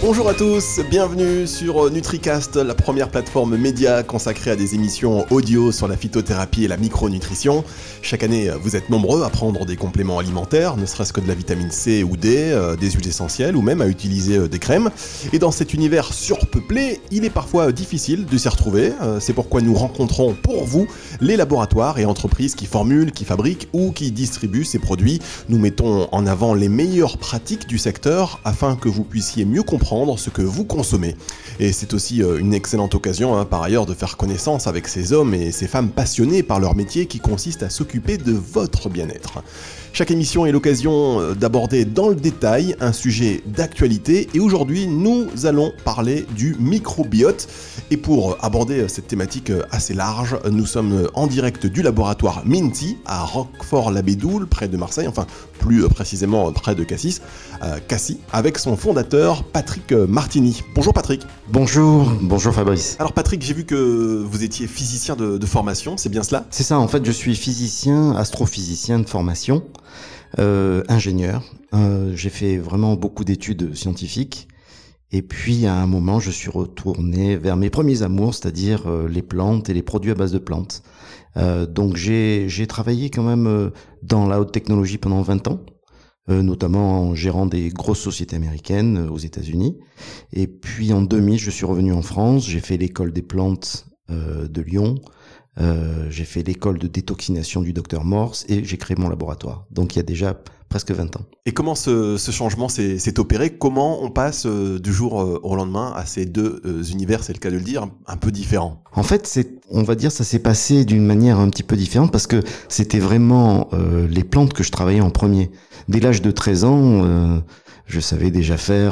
Bonjour à tous, bienvenue sur NutriCast, la première plateforme média consacrée à des émissions audio sur la phytothérapie et la micronutrition. Chaque année, vous êtes nombreux à prendre des compléments alimentaires, ne serait-ce que de la vitamine C ou D, des huiles essentielles ou même à utiliser des crèmes. Et dans cet univers surpeuplé, il est parfois difficile de s'y retrouver. C'est pourquoi nous rencontrons pour vous les laboratoires et entreprises qui formulent, qui fabriquent ou qui distribuent ces produits. Nous mettons en avant les meilleures pratiques du secteur afin que vous puissiez mieux comprendre ce que vous consommez. Et c'est aussi une excellente occasion, par ailleurs, de faire connaissance avec ces hommes et ces femmes passionnés par leur métier qui consiste à s'occuper de votre bien-être. Chaque émission est l'occasion d'aborder dans le détail un sujet d'actualité et aujourd'hui nous allons parler du microbiote. Et pour aborder cette thématique assez large, nous sommes en direct du laboratoire Minty à Roquefort-la-Bédoule, près de Marseille, enfin plus précisément près de Cassis, avec son fondateur Patrick Martini. Bonjour Patrick. Bonjour Fabrice. Alors Patrick, j'ai vu que vous étiez physicien de formation, c'est bien cela ? C'est ça, en fait je suis physicien, astrophysicien de formation, ingénieur. J'ai fait vraiment beaucoup d'études scientifiques. Et puis à un moment, je suis retourné vers mes premiers amours, c'est-à-dire les plantes et les produits à base de plantes. Donc j'ai travaillé quand même dans la haute technologie pendant 20 ans, notamment en gérant des grosses sociétés américaines aux États-Unis. Et puis en 2000, je suis revenu en France, j'ai fait l'école des plantes de Lyon, j'ai fait l'école de détoxination du docteur Morse et j'ai créé mon laboratoire. Donc il y a déjà presque 20 ans. Et comment ce changement s'est opéré ? Comment on passe du jour au lendemain à ces deux univers, c'est le cas de le dire, un peu différents ? En fait, on va dire ça s'est passé d'une manière un petit peu différente parce que c'était vraiment les plantes que je travaillais en premier. Dès l'âge de 13 ans, je savais déjà faire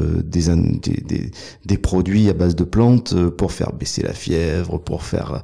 des produits à base de plantes pour faire baisser la fièvre, pour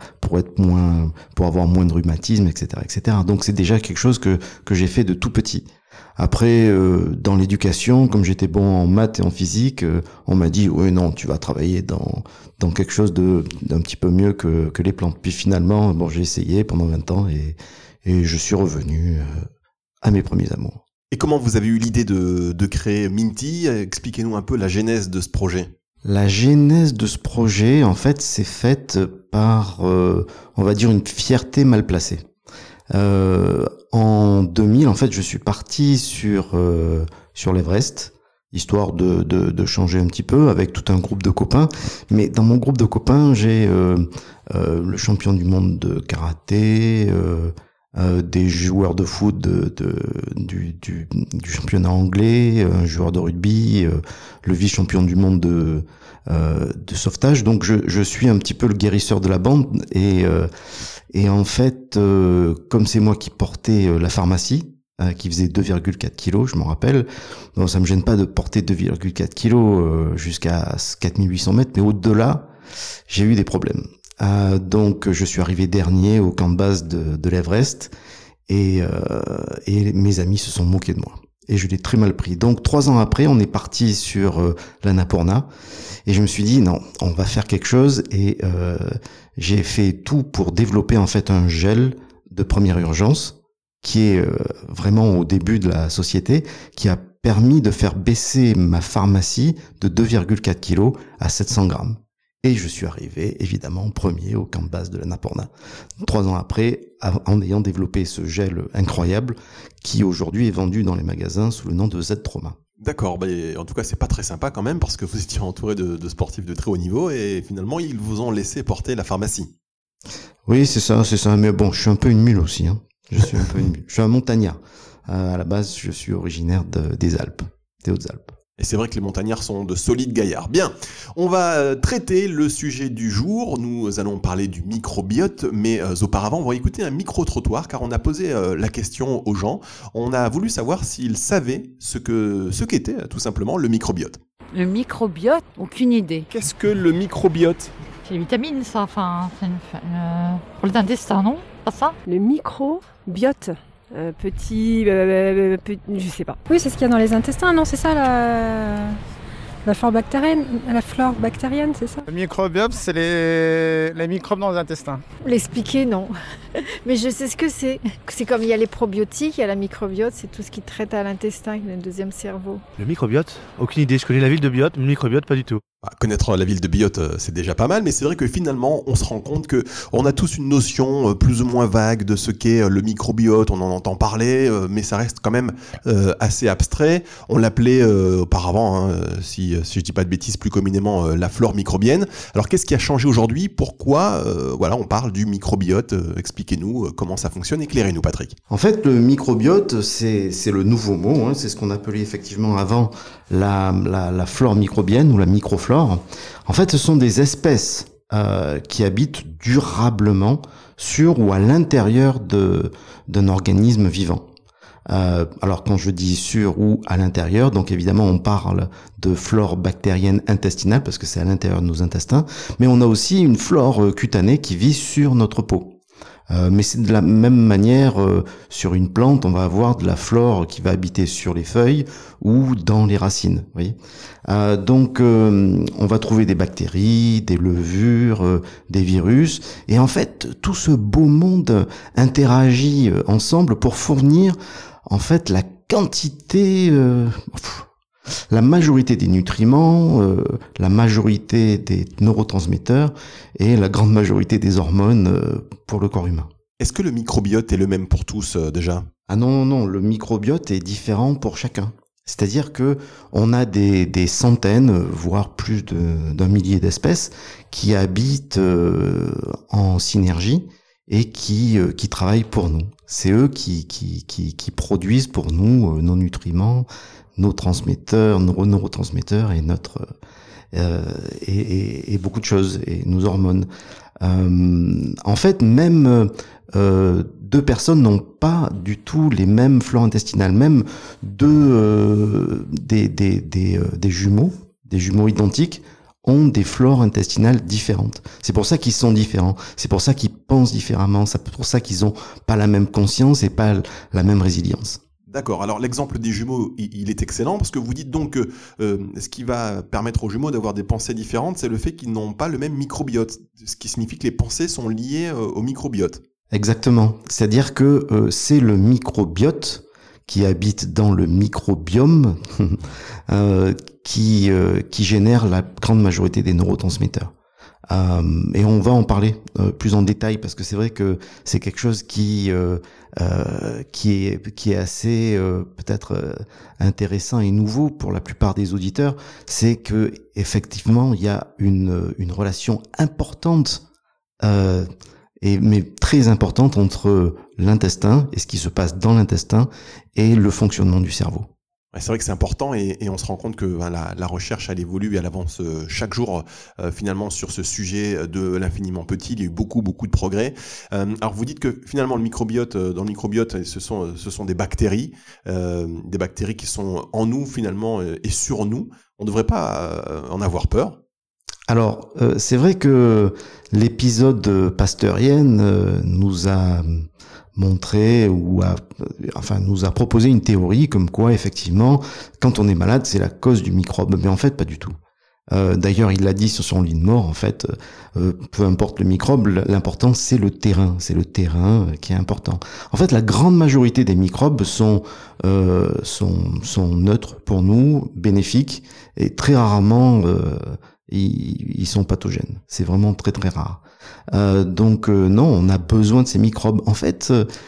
avoir moins de rhumatisme, etc., etc. Donc c'est déjà quelque chose que j'ai fait de tout petit. Après, dans l'éducation, comme j'étais bon en maths et en physique, on m'a dit oui non, tu vas travailler dans quelque chose d'un petit peu mieux que les plantes. Puis finalement, j'ai essayé pendant 20 ans et je suis revenu à mes premiers amours. Et comment vous avez eu l'idée de créer Minty ? Expliquez-nous un peu la genèse de ce projet. La genèse de ce projet, en fait, c'est faite par, on va dire, une fierté mal placée. En 2000, en fait, je suis parti sur l'Everest, histoire de changer un petit peu avec tout un groupe de copains. Mais dans mon groupe de copains, j'ai le champion du monde de karaté, des joueurs de foot du championnat anglais, un joueur de rugby, le vice-champion du monde de sauvetage. Donc je suis un petit peu le guérisseur de la bande et en fait comme c'est moi qui portais la pharmacie qui faisait 2,4 kilos, je m'en rappelle. Donc ça me gêne pas de porter 2,4 kilos jusqu'à 4800 mètres, mais au-delà, j'ai eu des problèmes. Donc je suis arrivé dernier au camp de base de l'Everest et mes amis se sont moqués de moi et je l'ai très mal pris. Donc 3 ans après, on est parti sur l'Annapurna et je me suis dit non, on va faire quelque chose et j'ai fait tout pour développer en fait un gel de première urgence qui est vraiment au début de la société, qui a permis de faire baisser ma pharmacie de 2,4 kilos à 700 grammes. Et je suis arrivé, évidemment, premier au camp de base de l'Annapurna. 3 ans après, en ayant développé ce gel incroyable, qui aujourd'hui est vendu dans les magasins sous le nom de Z-Trauma. D'accord, en tout cas c'est pas très sympa quand même, parce que vous étiez entouré de sportifs de très haut niveau, et finalement ils vous ont laissé porter la pharmacie. Oui, c'est ça, mais bon, je suis un peu une mule aussi, hein. Je suis un montagnard. À la base, je suis originaire des Alpes, des Hautes-Alpes. Et c'est vrai que les montagnards sont de solides gaillards. Bien, on va traiter le sujet du jour. Nous allons parler du microbiote, mais auparavant, on va écouter un micro-trottoir, car on a posé la question aux gens. On a voulu savoir s'ils savaient ce qu'était tout simplement le microbiote. Le microbiote, aucune idée. Qu'est-ce que le microbiote ? C'est les vitamines, ça, c'est pour les intestins, non ? Pas ça ? Le microbiote. Je sais pas. Oui, c'est ce qu'il y a dans les intestins, non ? C'est ça, La flore bactérienne, c'est ça? Le microbiome, c'est les microbes dans les intestins. L'expliquer, non. Mais je sais ce que c'est. C'est comme il y a les probiotiques, il y a la microbiote, c'est tout ce qui traite à l'intestin, le deuxième cerveau. Le microbiote? Aucune idée, je connais la ville de Biote, mais le microbiote pas du tout. Connaître la ville de Biote, c'est déjà pas mal, mais c'est vrai que finalement, on se rend compte que on a tous une notion plus ou moins vague de ce qu'est le microbiote, on en entend parler, mais ça reste quand même assez abstrait. On l'appelait auparavant, si je dis pas de bêtises, plus communément la flore microbienne. Alors qu'est-ce qui a changé aujourd'hui? Pourquoi on parle du microbiote? Expliquez-nous comment ça fonctionne, éclairez-nous Patrick. En fait, le microbiote, c'est le nouveau mot, c'est ce qu'on appelait effectivement avant la flore microbienne ou la microflore. En fait, ce sont des espèces qui habitent durablement sur ou à l'intérieur d'un organisme vivant. Alors quand je dis sur ou à l'intérieur, donc évidemment on parle de flore bactérienne intestinale parce que c'est à l'intérieur de nos intestins, mais on a aussi une flore cutanée qui vit sur notre peau. Mais c'est de la même manière, sur une plante, on va avoir de la flore qui va habiter sur les feuilles ou dans les racines. Vous voyez, donc on va trouver des bactéries, des levures, des virus, et en fait tout ce beau monde interagit ensemble pour fournir en fait la quantité, la majorité des nutriments, la majorité des neurotransmetteurs et la grande majorité des hormones pour le corps humain. Est-ce que le microbiote est le même pour tous déjà? Ah non, le microbiote est différent pour chacun. C'est-à-dire que on a des centaines, voire plus d'un millier d'espèces qui habitent en synergie et qui travaillent pour nous. C'est eux qui produisent pour nous nos nutriments, nos transmetteurs, nos neurotransmetteurs et et beaucoup de choses, et nos hormones. En fait, même deux personnes n'ont pas du tout les mêmes flores intestinales, même des jumeaux identiques ont des flores intestinales différentes. C'est pour ça qu'ils sont différents. C'est pour ça qu'ils pensent différemment. C'est pour ça qu'ils ont pas la même conscience et pas la même résilience. D'accord, alors l'exemple des jumeaux, il est excellent, parce que vous dites donc que ce qui va permettre aux jumeaux d'avoir des pensées différentes, c'est le fait qu'ils n'ont pas le même microbiote, ce qui signifie que les pensées sont liées au microbiote. Exactement, c'est-à-dire que c'est le microbiote qui habite dans le microbiome qui génère la grande majorité des neurotransmetteurs. Et on va en parler plus en détail parce que c'est vrai que c'est quelque chose qui est assez peut-être intéressant et nouveau pour la plupart des auditeurs, c'est que effectivement il y a une relation importante mais très importante entre l'intestin et ce qui se passe dans l'intestin et le fonctionnement du cerveau. C'est vrai que c'est important et on se rend compte que la recherche elle évolue et elle avance chaque jour finalement sur ce sujet de l'infiniment petit. Il y a eu beaucoup de progrès. Alors vous dites que finalement le microbiote, dans le microbiote, ce sont des bactéries qui sont en nous finalement et sur nous. On ne devrait pas en avoir peur. Alors c'est vrai que l'épisode pasteurienne nous a montré nous a proposé une théorie comme quoi effectivement quand on est malade c'est la cause du microbe, mais en fait pas du tout. D'ailleurs il l'a dit sur son lit de mort, en fait peu importe le microbe, l'important c'est le terrain qui est important. En fait la grande majorité des microbes sont neutres pour nous, bénéfiques, et très rarement ils sont pathogènes. C'est vraiment très très rare. Donc non, on a besoin de ces microbes. En fait,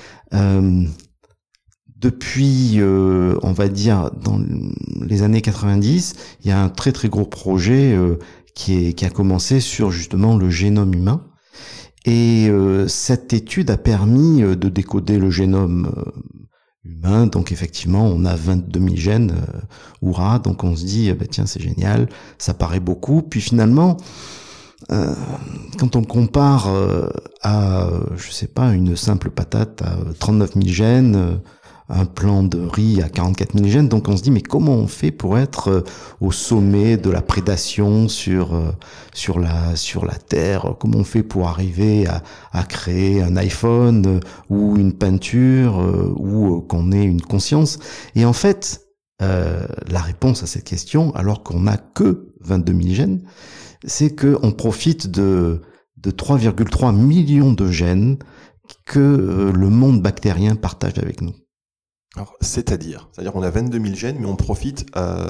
depuis, on va dire, dans les années 90, il y a un très très gros projet qui a commencé sur justement le génome humain. Et cette étude a permis de décoder le génome humain. Donc effectivement, on a 22 000 gènes, hurrah. Donc on se dit, tiens, c'est génial, ça paraît beaucoup. Puis finalement, quand on compare à, je sais pas, une simple patate à 39 000 gènes, un plant de riz à 44 000 gènes, donc on se dit mais comment on fait pour être au sommet de la prédation sur la Terre? Comment on fait pour arriver à créer un iPhone ou une peinture ou qu'on ait une conscience? Et en fait, La réponse à cette question, alors qu'on n'a que 22 000 gènes, c'est qu'on profite de 3,3 millions de gènes que le monde bactérien partage avec nous. Alors, c'est-à-dire qu'on a 22 000 gènes, mais on profite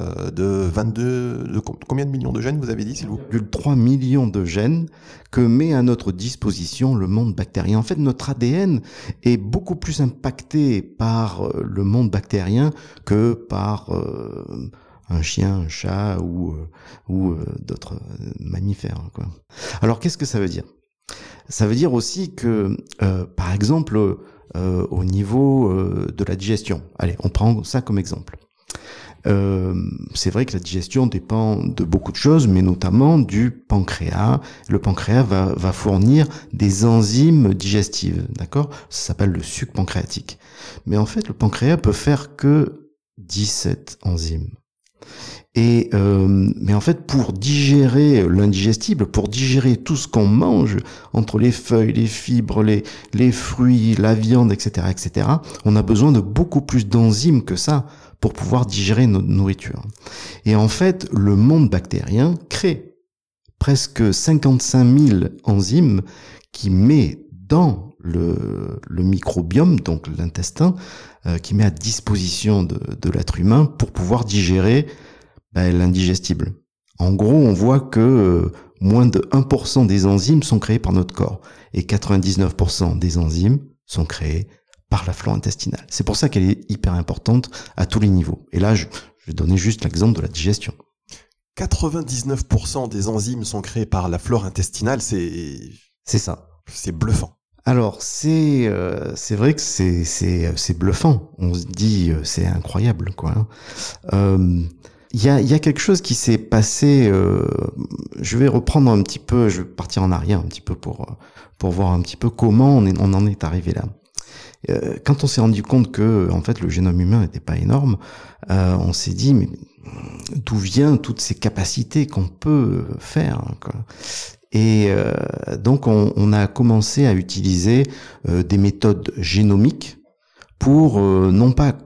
de combien de millions de gènes, vous avez dit, s'il vous plaît ? 3 millions de gènes que met à notre disposition le monde bactérien. En fait, notre ADN est beaucoup plus impacté par le monde bactérien que par un chien, un chat ou d'autres mammifères, quoi. Alors, qu'est-ce que ça veut dire ? Ça veut dire aussi que, par exemple, au niveau de la digestion. Allez, on prend ça comme exemple. C'est vrai que la digestion dépend de beaucoup de choses, mais notamment du pancréas. Le pancréas va fournir des enzymes digestives, d'accord ? Ça s'appelle le suc pancréatique. Mais en fait, le pancréas peut faire que 17 enzymes. Et mais en fait, pour digérer l'indigestible, pour digérer tout ce qu'on mange, entre les feuilles, les fibres, les fruits, la viande, etc., etc., on a besoin de beaucoup plus d'enzymes que ça pour pouvoir digérer notre nourriture. Et en fait, le monde bactérien crée presque 55 000 enzymes qui met dans le microbiome, donc l'intestin, qui met à disposition de l'être humain pour pouvoir digérer l'indigestible. En gros, on voit que moins de 1% des enzymes sont créées par notre corps et 99% des enzymes sont créées par la flore intestinale. C'est pour ça qu'elle est hyper importante à tous les niveaux. Et là, je vais donner juste l'exemple de la digestion. 99% des enzymes sont créées par la flore intestinale, c'est ça. C'est bluffant. Alors, c'est vrai que c'est bluffant. On se dit, c'est incroyable, quoi. Il y a quelque chose qui s'est passé, je vais reprendre un petit peu, je vais partir en arrière un petit peu pour voir un petit peu comment on en est arrivé là. Quand on s'est rendu compte que en fait le génome humain n'était pas énorme, on s'est dit mais d'où viennent toutes ces capacités qu'on peut faire, quoi. Et donc on a commencé à utiliser des méthodes génomiques pour non pas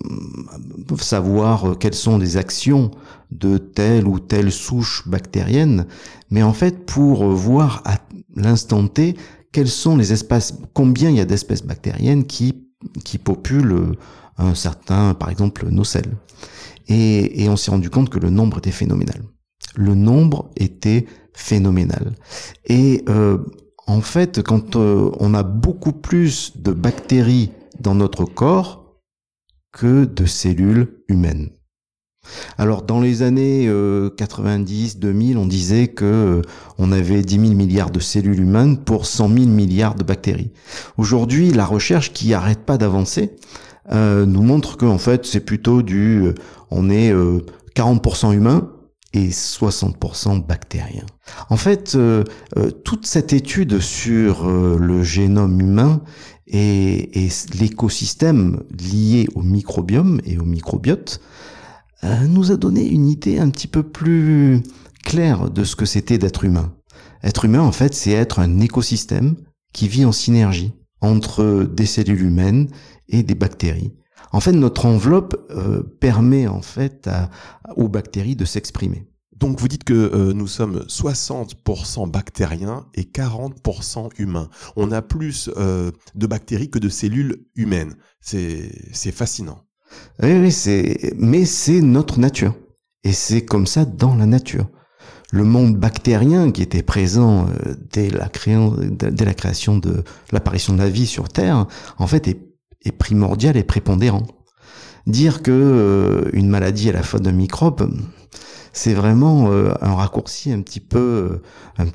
savoir quelles sont les actions de telle ou telle souche bactérienne, mais en fait pour voir à l'instant T quels sont les espaces, combien il y a d'espèces bactériennes qui populent un certain, par exemple, nocelle. Et on s'est rendu compte que le nombre était phénoménal. Le nombre était phénoménal. Et en fait, quand on a beaucoup plus de bactéries dans notre corps que de cellules humaines. Alors, dans les années 90, 2000, on disait que on avait 10 000 milliards de cellules humaines pour 100 000 milliards de bactéries. Aujourd'hui, la recherche qui arrête pas d'avancer nous montre qu'en fait, c'est plutôt on est 40% humain et 60% bactérien. En fait, toute cette étude sur le génome humain et l'écosystème lié au microbiome et au microbiote nous a donné une idée un petit peu plus claire de ce que c'était d'être humain. Être humain, en fait, c'est être un écosystème qui vit en synergie entre des cellules humaines et des bactéries. En fait, notre enveloppe permet en fait aux bactéries de s'exprimer. Donc vous dites que nous sommes 60% bactériens et 40% humains. On a plus de bactéries que de cellules humaines. C'est fascinant. Oui, mais c'est notre nature. Et c'est comme ça dans la nature. Le monde bactérien qui était présent dès la création de l'apparition de la vie sur Terre, en fait, est primordial et prépondérant. Dire que une maladie est la faute d'un microbe, c'est vraiment un raccourci un petit peu,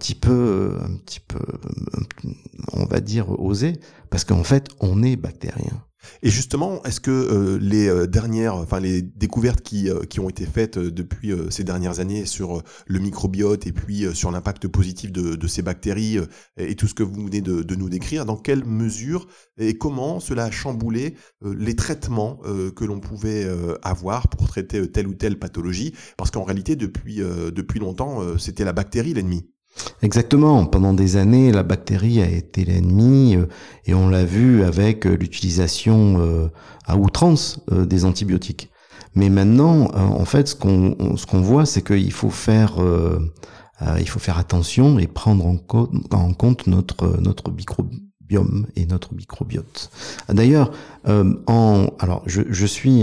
on va dire osé, parce qu'en fait, on est bactérien. Et justement, est-ce que les découvertes qui ont été faites depuis ces dernières années sur le microbiote et puis sur l'impact positif de ces bactéries et tout ce que vous venez de nous décrire, dans quelle mesure et comment cela a chamboulé les traitements que l'on pouvait avoir pour traiter telle ou telle pathologie? Parce qu'en réalité, depuis longtemps, c'était la bactérie l'ennemi. Exactement. Pendant des années, la bactérie a été l'ennemi et on l'a vu avec l'utilisation à outrance des antibiotiques. Mais maintenant, en fait, ce qu'on voit, c'est qu'il faut faire attention et prendre en compte notre microbiome et notre microbiote. D'ailleurs, alors je suis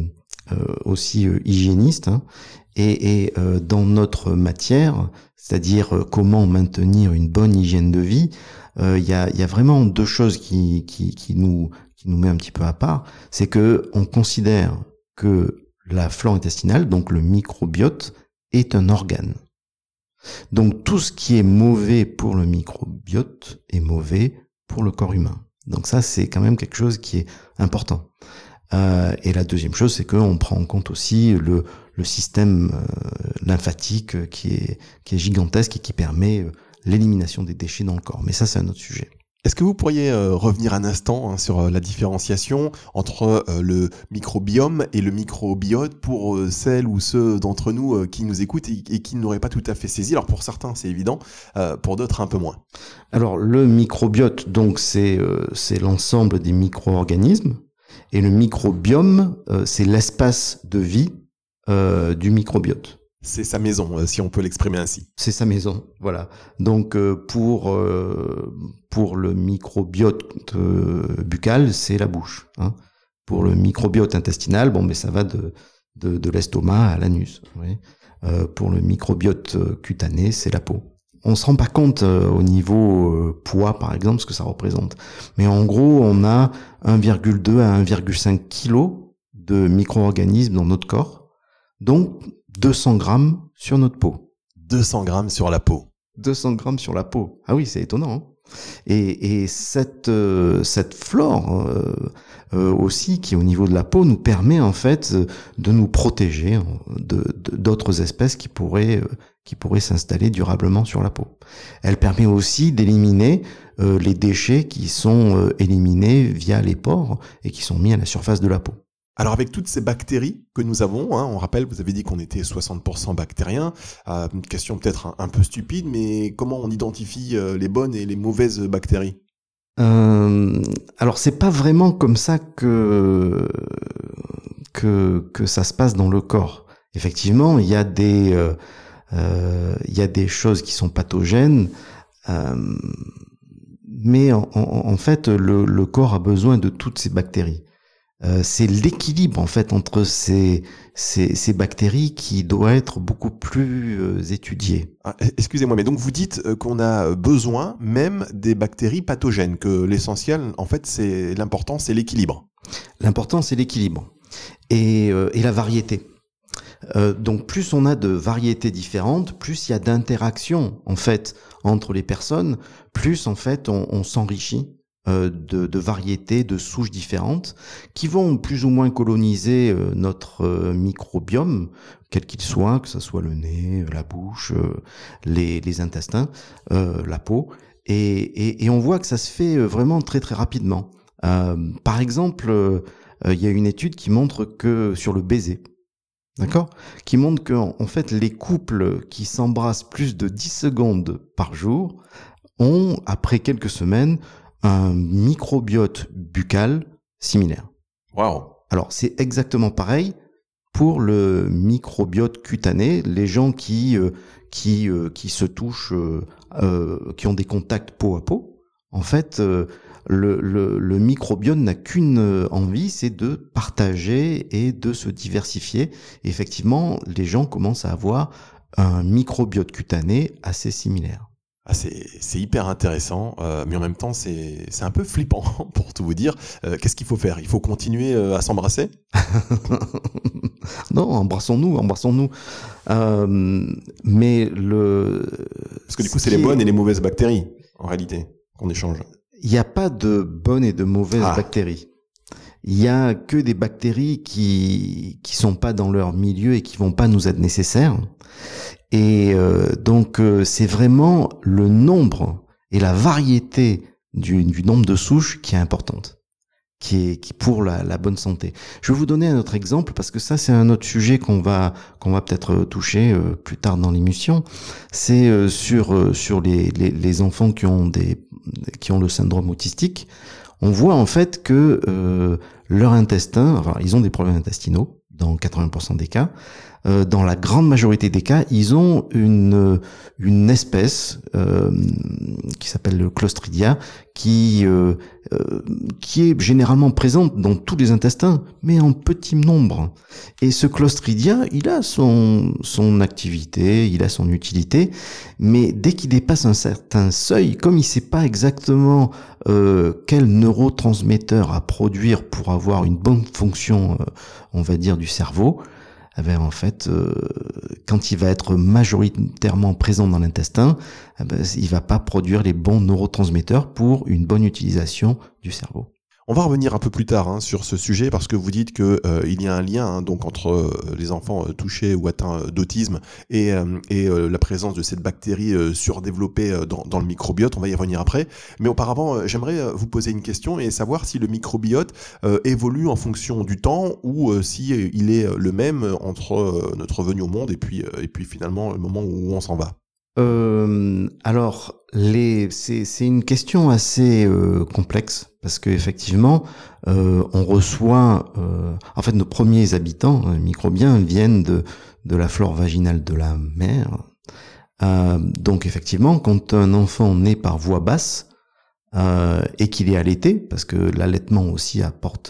aussi hygiéniste, hein, et dans notre matière, c'est-à-dire comment maintenir une bonne hygiène de vie, il y a vraiment deux choses qui nous met un petit peu à part. C'est que on considère que la flore intestinale, donc le microbiote, est un organe. Donc tout ce qui est mauvais pour le microbiote est mauvais pour le corps humain. Donc ça, c'est quand même quelque chose qui est important. Et la deuxième chose, c'est qu'on prend en compte aussi le système lymphatique qui est gigantesque et qui permet l'élimination des déchets dans le corps. Mais ça, c'est un autre sujet. Est-ce que vous pourriez revenir un instant sur la différenciation entre le microbiome et le microbiote pour celles ou ceux d'entre nous qui nous écoutent et qui n'auraient pas tout à fait saisi? Alors pour certains, c'est évident, pour d'autres, un peu moins. Alors le microbiote, donc c'est l'ensemble des micro-organismes, et le microbiome, c'est l'espace de vie du microbiote. C'est sa maison, si on peut l'exprimer ainsi. C'est sa maison, voilà. Donc pour le microbiote buccal, c'est la bouche. Hein. Pour le microbiote intestinal, bon, mais ça va de l'estomac à l'anus. Oui. Pour le microbiote cutané, c'est la peau. On se rend pas compte au niveau poids, par exemple, ce que ça représente. Mais en gros, on a 1,2 à 1,5 kg de micro-organismes dans notre corps. Donc 200 grammes sur notre peau. 200 grammes sur la peau. 200 grammes sur la peau. Ah oui, c'est étonnant. Hein, et cette flore aussi qui est au niveau de la peau nous permet en fait de nous protéger d'autres espèces qui pourraient s'installer durablement sur la peau. Elle permet aussi d'éliminer les déchets qui sont éliminés via les pores et qui sont mis à la surface de la peau. Alors avec toutes ces bactéries que nous avons, hein, on rappelle, vous avez dit qu'on était 60% bactériens, une question peut-être un peu stupide, mais comment on identifie les bonnes et les mauvaises bactéries? Alors c'est pas vraiment comme ça que ça se passe dans le corps. Effectivement, il y a des choses qui sont pathogènes, mais en fait le corps a besoin de toutes ces bactéries. C'est l'équilibre en fait entre ces bactéries qui doit être beaucoup plus étudié. Excusez-moi, mais donc vous dites qu'on a besoin même des bactéries pathogènes, que l'essentiel en fait c'est l'important, c'est l'équilibre. L'important c'est l'équilibre et la variété. Donc plus on a de variétés différentes, plus il y a d'interactions en fait entre les personnes, plus en fait on s'enrichit de variétés, de souches différentes qui vont plus ou moins coloniser notre microbiome, quel qu'il soit, que ce soit le nez, la bouche, les intestins, la peau, et on voit que ça se fait vraiment très très rapidement. Par exemple, il y a une étude qui montre que sur le baiser, d'accord, qui montre que en fait les couples qui s'embrassent plus de 10 secondes par jour ont, après quelques semaines, un microbiote buccal similaire. Waouh. Alors c'est exactement pareil pour le microbiote cutané. Les gens qui se touchent, qui ont des contacts peau à peau, en fait, le microbiote n'a qu'une envie, c'est de partager et de se diversifier. Et effectivement, les gens commencent à avoir un microbiote cutané assez similaire. Ah, c'est hyper intéressant, mais en même temps c'est un peu flippant pour tout vous dire. Qu'est-ce qu'il faut faire? Il faut continuer à s'embrasser? Non, embrassons-nous. Mais parce que du coup c'est les bonnes et les mauvaises bactéries en réalité qu'on échange. Il n'y a pas de bonnes et de mauvaises bactéries. Il y a que des bactéries qui sont pas dans leur milieu et qui vont pas nous être nécessaires. Et donc c'est vraiment le nombre et la variété du nombre de souches qui est importante, qui pour la bonne santé. Je vais vous donner un autre exemple parce que ça c'est un autre sujet qu'on va peut-être toucher plus tard dans l'émission. C'est sur les enfants qui ont le syndrome autistique. On voit en fait que leur intestin, enfin ils ont des problèmes intestinaux dans 80% des cas. Dans la grande majorité des cas, ils ont une espèce qui s'appelle le Clostridia, qui est généralement présente dans tous les intestins, mais en petit nombre. Et ce Clostridia, il a son activité, il a son utilité, mais dès qu'il dépasse un certain seuil, comme il sait pas exactement quel neurotransmetteur à produire pour avoir une bonne fonction, on va dire, du cerveau, eh bien, en fait, quand il va être majoritairement présent dans l'intestin, eh bien, il va pas produire les bons neurotransmetteurs pour une bonne utilisation du cerveau. On va revenir un peu plus tard sur ce sujet parce que vous dites que il y a un lien donc entre les enfants touchés ou atteints d'autisme et la présence de cette bactérie surdéveloppée dans le microbiote. On va y revenir après. Mais auparavant, j'aimerais vous poser une question et savoir si le microbiote évolue en fonction du temps ou si il est le même entre notre venue au monde et puis finalement le moment où on s'en va. Alors, c'est une question assez complexe parce que effectivement, on reçoit, en fait, nos premiers habitants microbiens viennent de la flore vaginale de la mère. Donc, effectivement, quand un enfant naît par voie basse et qu'il est allaité, parce que l'allaitement aussi apporte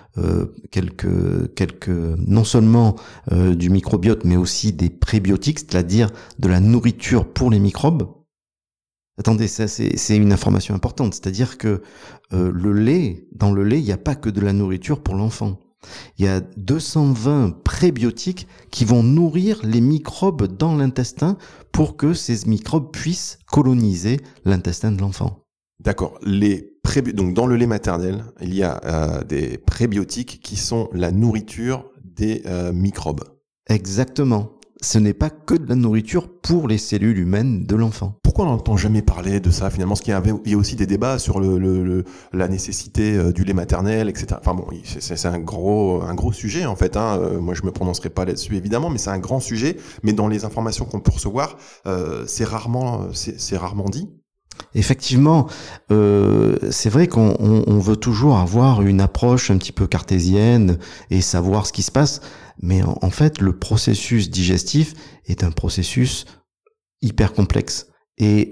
quelques non seulement du microbiote mais aussi des prébiotiques, c'est-à-dire de la nourriture pour les microbes. Attendez, ça c'est une information importante, c'est-à-dire que le lait, dans le lait, il n'y a pas que de la nourriture pour l'enfant. Il y a 220 prébiotiques qui vont nourrir les microbes dans l'intestin pour que ces microbes puissent coloniser l'intestin de l'enfant. D'accord. Donc dans le lait maternel, il y a des prébiotiques qui sont la nourriture des microbes. Exactement. Ce n'est pas que de la nourriture pour les cellules humaines de l'enfant. Pourquoi on n'entend jamais parler de ça finalement? Parce qu'il y a aussi des débats sur la nécessité du lait maternel, etc. Enfin bon, c'est un gros sujet en fait. Moi, je me prononcerai pas là-dessus évidemment, mais c'est un grand sujet. Mais dans les informations qu'on peut recevoir, c'est rarement dit. Effectivement, c'est vrai qu'on veut toujours avoir une approche un petit peu cartésienne et savoir ce qui se passe, mais en fait, le processus digestif est un processus hyper complexe. Et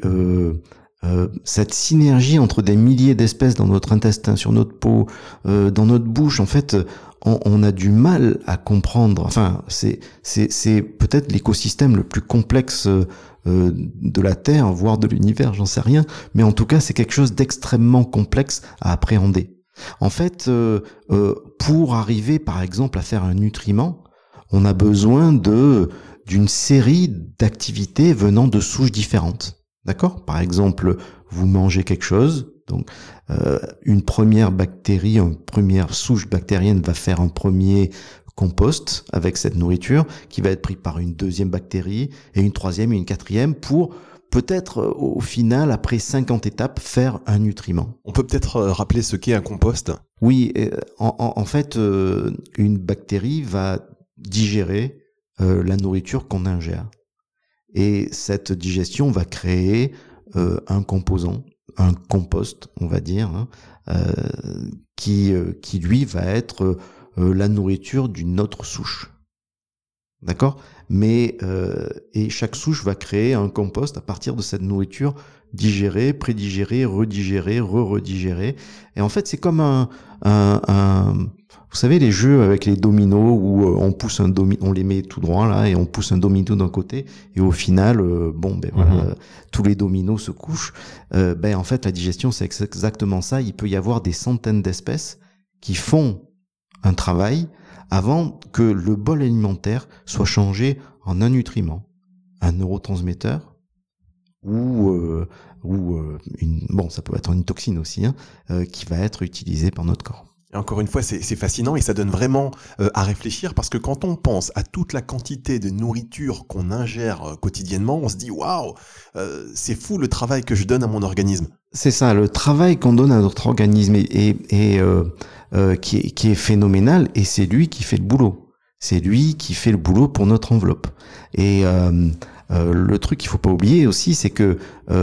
cette synergie entre des milliers d'espèces dans notre intestin, sur notre peau, dans notre bouche, en fait, on a du mal à comprendre. Enfin, c'est peut-être l'écosystème le plus complexe de la Terre, voire de l'univers, j'en sais rien, mais en tout cas c'est quelque chose d'extrêmement complexe à appréhender. En fait, pour arriver par exemple à faire un nutriment, on a besoin d'une série d'activités venant de souches différentes. D'accord ? Par exemple, vous mangez quelque chose, donc une première bactérie, une première souche bactérienne va faire un premier compost avec cette nourriture qui va être pris par une deuxième bactérie et une troisième et une quatrième pour peut-être au final, après 50 étapes, faire un nutriment. On peut peut-être rappeler ce qu'est un compost ? Oui, en fait, une bactérie va digérer la nourriture qu'on ingère. Et cette digestion va créer un composant, un compost, on va dire, qui lui va être la nourriture d'une autre souche. D'accord ? Mais et chaque souche va créer un compost à partir de cette nourriture digérée, prédigérée, redigérée, redigérée. Et en fait, c'est comme vous savez, les jeux avec les dominos où on pousse on les met tout droit là et on pousse un domino d'un côté et au final, voilà, tous les dominos se couchent. En fait, la digestion, c'est exactement ça. Il peut y avoir des centaines d'espèces qui font un travail avant que le bol alimentaire soit changé en un nutriment, un neurotransmetteur ou ça peut être une toxine aussi, qui va être utilisée par notre corps. Et encore une fois, c'est fascinant et ça donne vraiment à réfléchir parce que quand on pense à toute la quantité de nourriture qu'on ingère quotidiennement, on se dit waouh, c'est fou le travail que je donne à mon organisme. C'est ça, le travail qu'on donne à notre organisme qui est phénoménal et c'est lui qui fait le boulot. C'est lui qui fait le boulot pour notre enveloppe. Et le truc qu'il faut pas oublier aussi, c'est que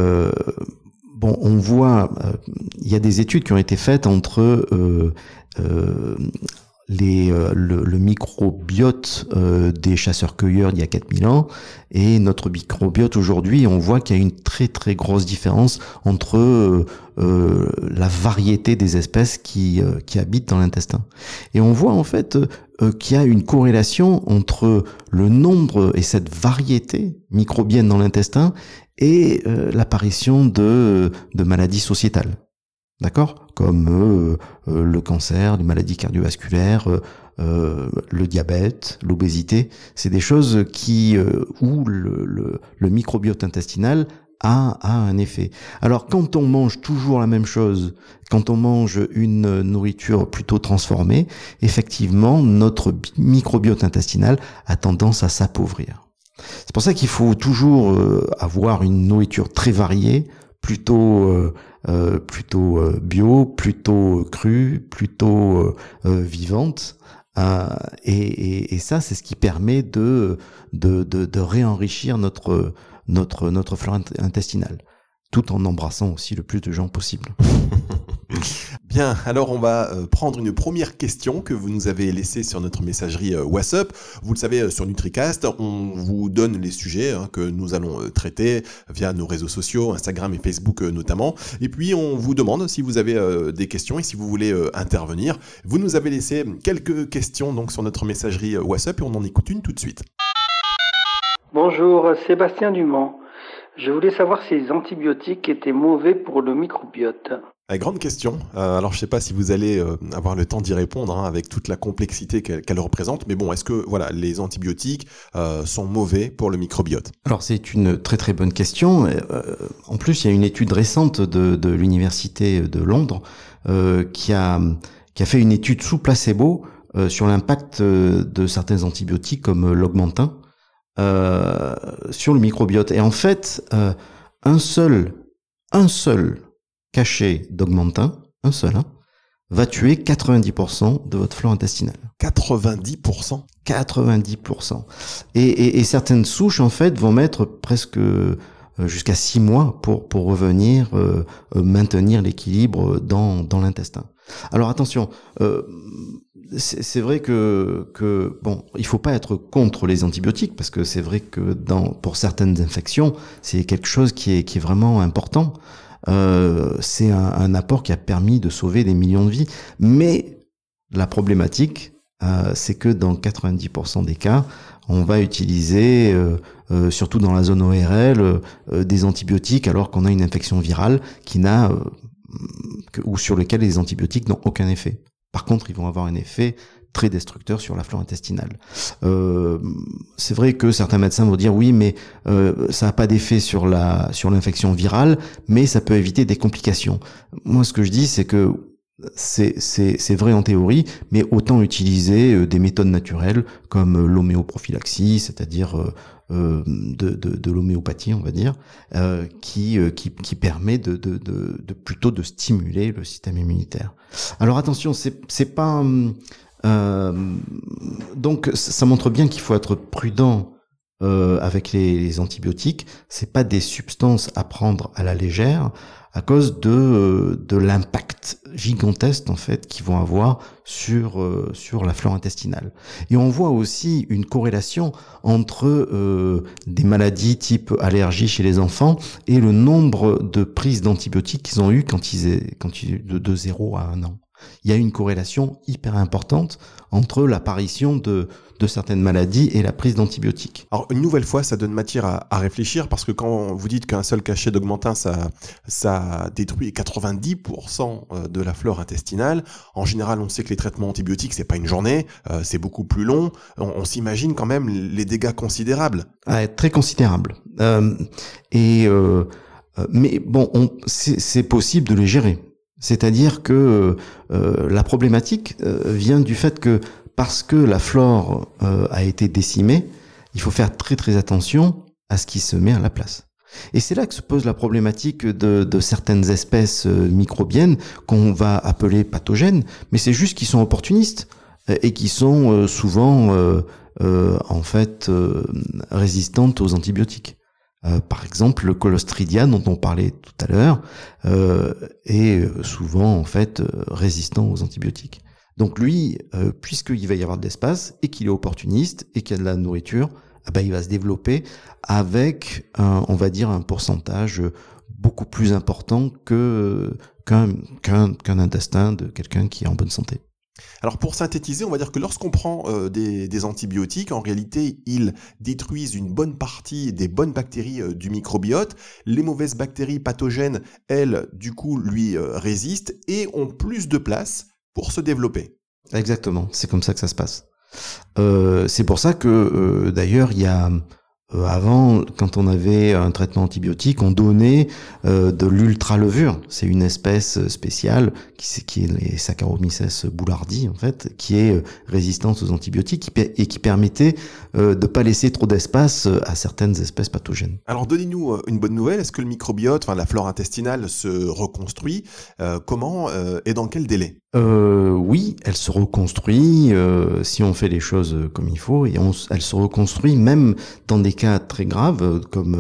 on voit, il y a des études qui ont été faites entre le microbiote des chasseurs-cueilleurs d'il y a 4000 ans et notre microbiote aujourd'hui, on voit qu'il y a une très très grosse différence entre la variété des espèces qui habitent dans l'intestin. Et on voit en fait qu'il y a une corrélation entre le nombre et cette variété microbienne dans l'intestin et l'apparition de maladies sociétales. D'accord ? Comme le cancer, les maladies cardiovasculaires, le diabète, l'obésité. C'est des choses où le microbiote intestinal a un effet. Alors, quand on mange toujours la même chose, quand on mange une nourriture plutôt transformée, effectivement, notre microbiote intestinal a tendance à s'appauvrir. C'est pour ça qu'il faut toujours avoir une nourriture très variée, plutôt bio, plutôt crue, plutôt vivante, et ça c'est ce qui permet de réenrichir notre flore intestinale, tout en embrassant aussi le plus de gens possible. Bien, alors on va prendre une première question que vous nous avez laissée sur notre messagerie WhatsApp. Vous le savez, sur NutriCast, on vous donne les sujets que nous allons traiter via nos réseaux sociaux, Instagram et Facebook notamment. Et puis on vous demande si vous avez des questions et si vous voulez intervenir. Vous nous avez laissé quelques questions donc sur notre messagerie WhatsApp et on en écoute une tout de suite. Bonjour, Sébastien Dumont. Je voulais savoir si les antibiotiques étaient mauvais pour le microbiote. Grande question. Alors, je ne sais pas si vous allez avoir le temps d'y répondre avec toute la complexité qu'elle représente. Mais bon, est-ce que les antibiotiques sont mauvais pour le microbiote ? Alors, c'est une très très bonne question. En plus, il y a une étude récente de l'Université de Londres qui a fait une étude sous placebo sur l'impact de certains antibiotiques comme l'Augmentin sur le microbiote. Et en fait, un seul cachet d'Augmentin, un seul, va tuer 90% de votre flore intestinale. 90% ? 90%. Et certaines souches, en fait, vont mettre presque jusqu'à 6 mois pour revenir maintenir l'équilibre dans l'intestin. Alors attention, c'est vrai que bon, il faut pas être contre les antibiotiques parce que c'est vrai que pour certaines infections, c'est quelque chose qui est vraiment important. C'est un apport qui a permis de sauver des millions de vies. Mais la problématique, c'est que dans 90% des cas, on va utiliser, surtout dans la zone ORL, des antibiotiques alors qu'on a une infection virale ou sur lequel les antibiotiques n'ont aucun effet. Par contre, ils vont avoir un effet très destructeur sur la flore intestinale. C'est vrai que certains médecins vont dire oui, mais ça n'a pas d'effet sur l'infection virale, mais ça peut éviter des complications. Moi, ce que je dis, c'est que c'est vrai en théorie, mais autant utiliser des méthodes naturelles comme l'homéoprophylaxie, c'est-à-dire de l'homéopathie, on va dire, qui permet de plutôt de stimuler le système immunitaire. Alors attention, c'est pas donc ça montre bien qu'il faut être prudent avec les antibiotiques. C'est pas des substances à prendre à la légère à cause de l'impact gigantesque en fait qu'ils vont avoir sur la flore intestinale. Et on voit aussi une corrélation entre des maladies type allergie chez les enfants et le nombre de prises d'antibiotiques qu'ils ont eu quand ils de 0 à 1 an. Il y a une corrélation hyper importante entre l'apparition de certaines maladies et la prise d'antibiotiques. Alors, une nouvelle fois, ça donne matière à réfléchir parce que quand vous dites qu'un seul cachet d'Augmentin, ça détruit 90% de la flore intestinale, en général, on sait que les traitements antibiotiques, c'est pas une journée, c'est beaucoup plus long. On s'imagine quand même les dégâts considérables. Très considérables. Mais bon, c'est possible de les gérer. C'est-à-dire que la problématique vient du fait que parce que la flore a été décimée, il faut faire très très attention à ce qui se met à la place. Et c'est là que se pose la problématique de certaines espèces microbiennes qu'on va appeler pathogènes, mais c'est juste qu'ils sont opportunistes et qui sont souvent en fait résistantes aux antibiotiques. Par exemple, le Clostridia dont on parlait tout à l'heure est souvent en fait résistant aux antibiotiques. Donc lui, puisqu'il va y avoir de l'espace et qu'il est opportuniste et qu'il y a de la nourriture, il va se développer avec, on va dire, un pourcentage beaucoup plus important qu'un intestin de quelqu'un qui est en bonne santé. Alors pour synthétiser, on va dire que lorsqu'on prend des antibiotiques, en réalité, ils détruisent une bonne partie des bonnes bactéries du microbiote. Les mauvaises bactéries pathogènes, elles, du coup, lui résistent et ont plus de place pour se développer. Exactement, c'est comme ça que ça se passe. C'est pour ça que, d'ailleurs, il y a... avant, quand on avait un traitement antibiotique, on donnait de l'ultralevure. C'est une espèce spéciale qui est les Saccharomyces boulardii, en fait, qui est résistante aux antibiotiques et qui permettait de pas laisser trop d'espace à certaines espèces pathogènes. Alors donnez-nous une bonne nouvelle. Est-ce que le microbiote, la flore intestinale, se reconstruit? Comment et dans quel délai? Oui, elle se reconstruit si on fait les choses comme il faut, et elle se reconstruit même dans des cas très graves comme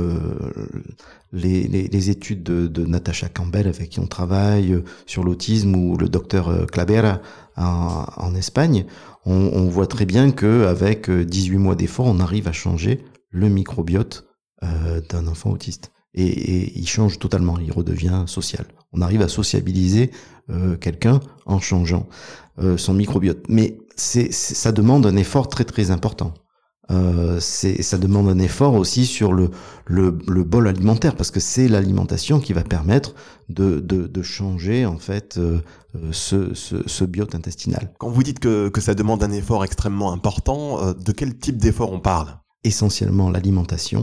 les études de Natasha Campbell avec qui on travaille sur l'autisme, ou le docteur Clabera en Espagne. On voit très bien que avec 18 mois d'effort, on arrive à changer le microbiote d'un enfant autiste. Et il change totalement, il redevient social. On arrive à sociabiliser quelqu'un en changeant son microbiote. Mais ça demande un effort très très important. Ça demande un effort aussi sur le bol alimentaire, parce que c'est l'alimentation qui va permettre de changer en fait ce biote intestinal. Quand vous dites que ça demande un effort extrêmement important, de quel type d'effort on parle? Essentiellement l'alimentation.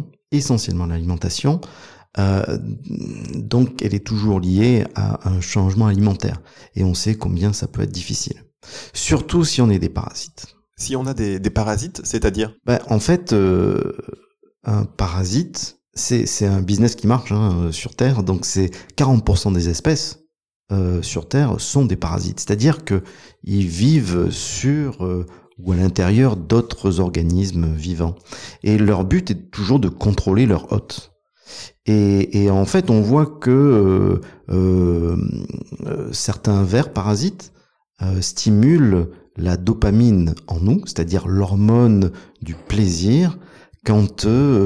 Donc elle est toujours liée à un changement alimentaire, et on sait combien ça peut être difficile, surtout si on est des parasites. Si on a des parasites, c'est-à-dire? En fait, un parasite, c'est un business qui marche sur Terre, donc c'est 40% des espèces sur Terre sont des parasites, c'est-à-dire que ils vivent sur ou à l'intérieur d'autres organismes vivants, et leur but est toujours de contrôler leur hôte. Et en fait, on voit que certains vers parasites stimulent la dopamine en nous, c'est-à-dire l'hormone du plaisir, quand